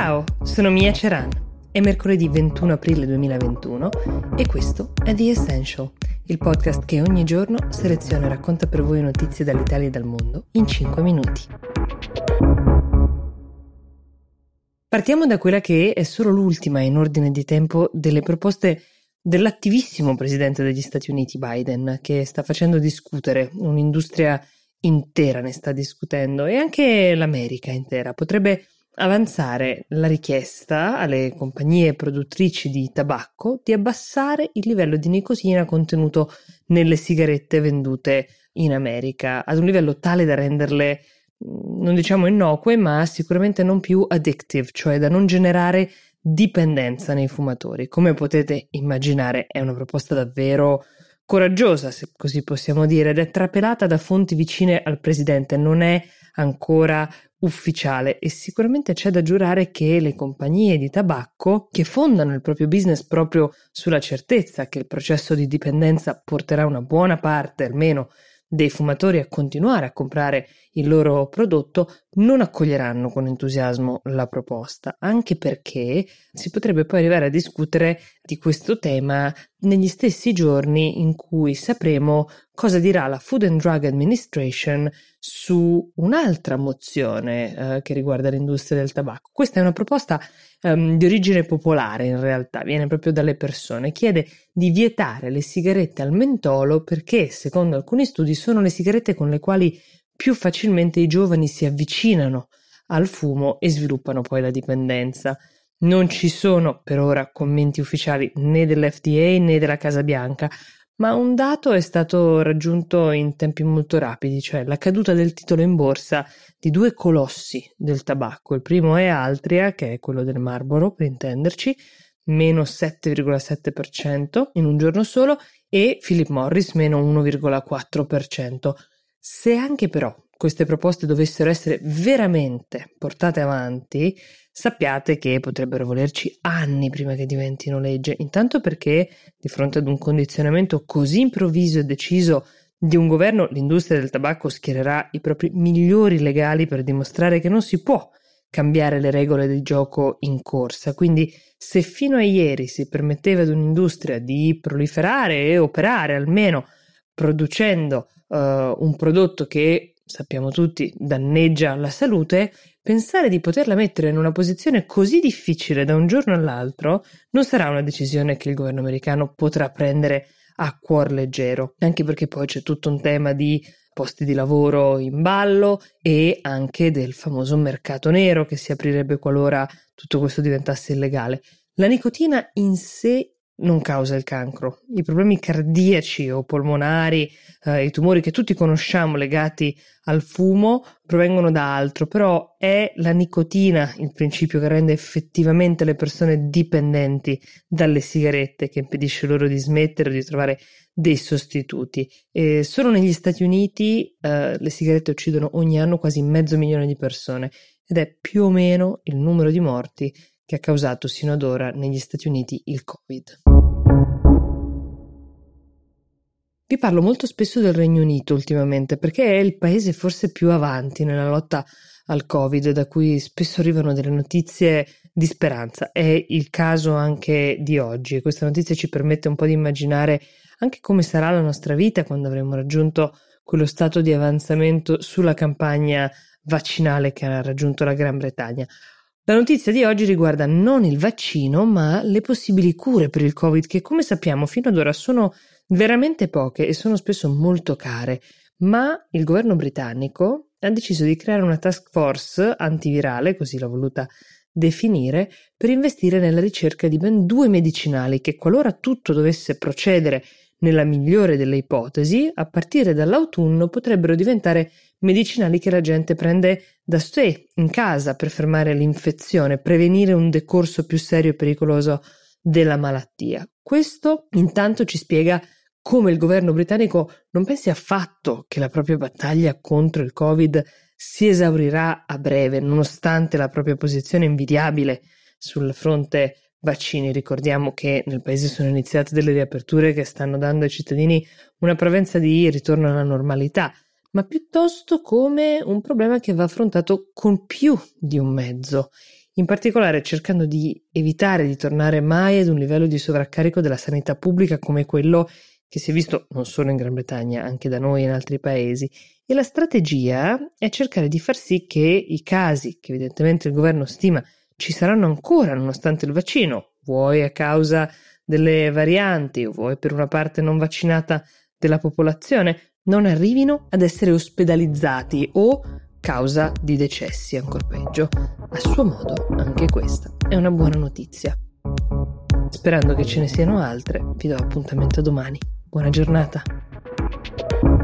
Ciao, sono Mia Ceran. È mercoledì 21 aprile 2021 e questo è The Essential, il podcast che ogni giorno seleziona e racconta per voi notizie dall'Italia e dal mondo in 5 minuti. Partiamo da quella che è solo l'ultima in ordine di tempo delle proposte dell'attivissimo presidente degli Stati Uniti Biden, che sta facendo discutere, un'industria intera ne sta discutendo e anche l'America intera. Potrebbe avanzare la richiesta alle compagnie produttrici di tabacco di abbassare il livello di nicotina contenuto nelle sigarette vendute in America ad un livello tale da renderle, non diciamo innocue, ma sicuramente non più addictive, cioè da non generare dipendenza nei fumatori. Come potete immaginare è una proposta davvero coraggiosa, se così possiamo dire, ed è trapelata da fonti vicine al presidente, non è ancora ufficiale e sicuramente c'è da giurare che le compagnie di tabacco, che fondano il proprio business proprio sulla certezza che il processo di dipendenza porterà una buona parte almeno dei fumatori a continuare a comprare il loro prodotto, non accoglieranno con entusiasmo la proposta, anche perché si potrebbe poi arrivare a discutere di questo tema negli stessi giorni in cui sapremo cosa dirà la Food and Drug Administration su un'altra mozione che riguarda l'industria del tabacco. Questa è una proposta di origine popolare, in realtà viene proprio dalle persone, chiede di vietare le sigarette al mentolo perché, secondo alcuni studi, sono le sigarette con le quali più facilmente i giovani si avvicinano al fumo e sviluppano poi la dipendenza. Non ci sono per ora commenti ufficiali né dell'FDA né della Casa Bianca, ma un dato è stato raggiunto in tempi molto rapidi, cioè la caduta del titolo in borsa di due colossi del tabacco. Il primo è Altria, che è quello del Marlboro, per intenderci, meno 7,7% in un giorno solo, e Philip Morris, meno 1,4%. Se anche però queste proposte dovessero essere veramente portate avanti, sappiate che potrebbero volerci anni prima che diventino legge, intanto perché di fronte ad un condizionamento così improvviso e deciso di un governo, l'industria del tabacco schiererà i propri migliori legali per dimostrare che non si può cambiare le regole di gioco in corsa. Quindi se fino a ieri si permetteva ad un'industria di proliferare e operare almeno producendo un prodotto che sappiamo tutti danneggia la salute, pensare di poterla mettere in una posizione così difficile da un giorno all'altro non sarà una decisione che il governo americano potrà prendere a cuor leggero, anche perché poi c'è tutto un tema di posti di lavoro in ballo e anche del famoso mercato nero che si aprirebbe qualora tutto questo diventasse illegale. La nicotina in sé non causa il cancro. I problemi cardiaci o polmonari, i tumori che tutti conosciamo legati al fumo provengono da altro, però è la nicotina il principio che rende effettivamente le persone dipendenti dalle sigarette, che impedisce loro di smettere o di trovare dei sostituti. E solo negli Stati Uniti le sigarette uccidono ogni anno quasi 500.000 di persone ed è più o meno il numero di morti che ha causato sino ad ora negli Stati Uniti il Covid. Vi parlo molto spesso del Regno Unito ultimamente perché è il paese forse più avanti nella lotta al Covid, da cui spesso arrivano delle notizie di speranza. È il caso anche di oggi e questa notizia ci permette un po' di immaginare anche come sarà la nostra vita quando avremo raggiunto quello stato di avanzamento sulla campagna vaccinale che ha raggiunto la Gran Bretagna. La notizia di oggi riguarda non il vaccino, ma le possibili cure per il Covid, che come sappiamo fino ad ora sono veramente poche e sono spesso molto care, ma il governo britannico ha deciso di creare una task force antivirale, così l'ha voluta definire, per investire nella ricerca di ben 2 medicinali che, qualora tutto dovesse procedere nella migliore delle ipotesi, a partire dall'autunno potrebbero diventare medicinali che la gente prende da sé in casa per fermare l'infezione, prevenire un decorso più serio e pericoloso della malattia. Questo intanto ci spiega come il governo britannico non pensi affatto che la propria battaglia contro il Covid si esaurirà a breve, nonostante la propria posizione invidiabile sul fronte vaccini. Ricordiamo che nel paese sono iniziate delle riaperture che stanno dando ai cittadini una prevenza di ritorno alla normalità, ma piuttosto come un problema che va affrontato con più di un mezzo. in particolare cercando di evitare di tornare mai ad un livello di sovraccarico della sanità pubblica come quello che si è visto non solo in Gran Bretagna, anche da noi e in altri paesi. E la strategia è cercare di far sì che i casi, che evidentemente il governo stima ci saranno ancora nonostante il vaccino, vuoi a causa delle varianti o vuoi per una parte non vaccinata della popolazione, non arrivino ad essere ospedalizzati o causa di decessi, ancor peggio. A suo modo, anche questa è una buona notizia. Sperando che ce ne siano altre, vi do appuntamento domani. Buona giornata.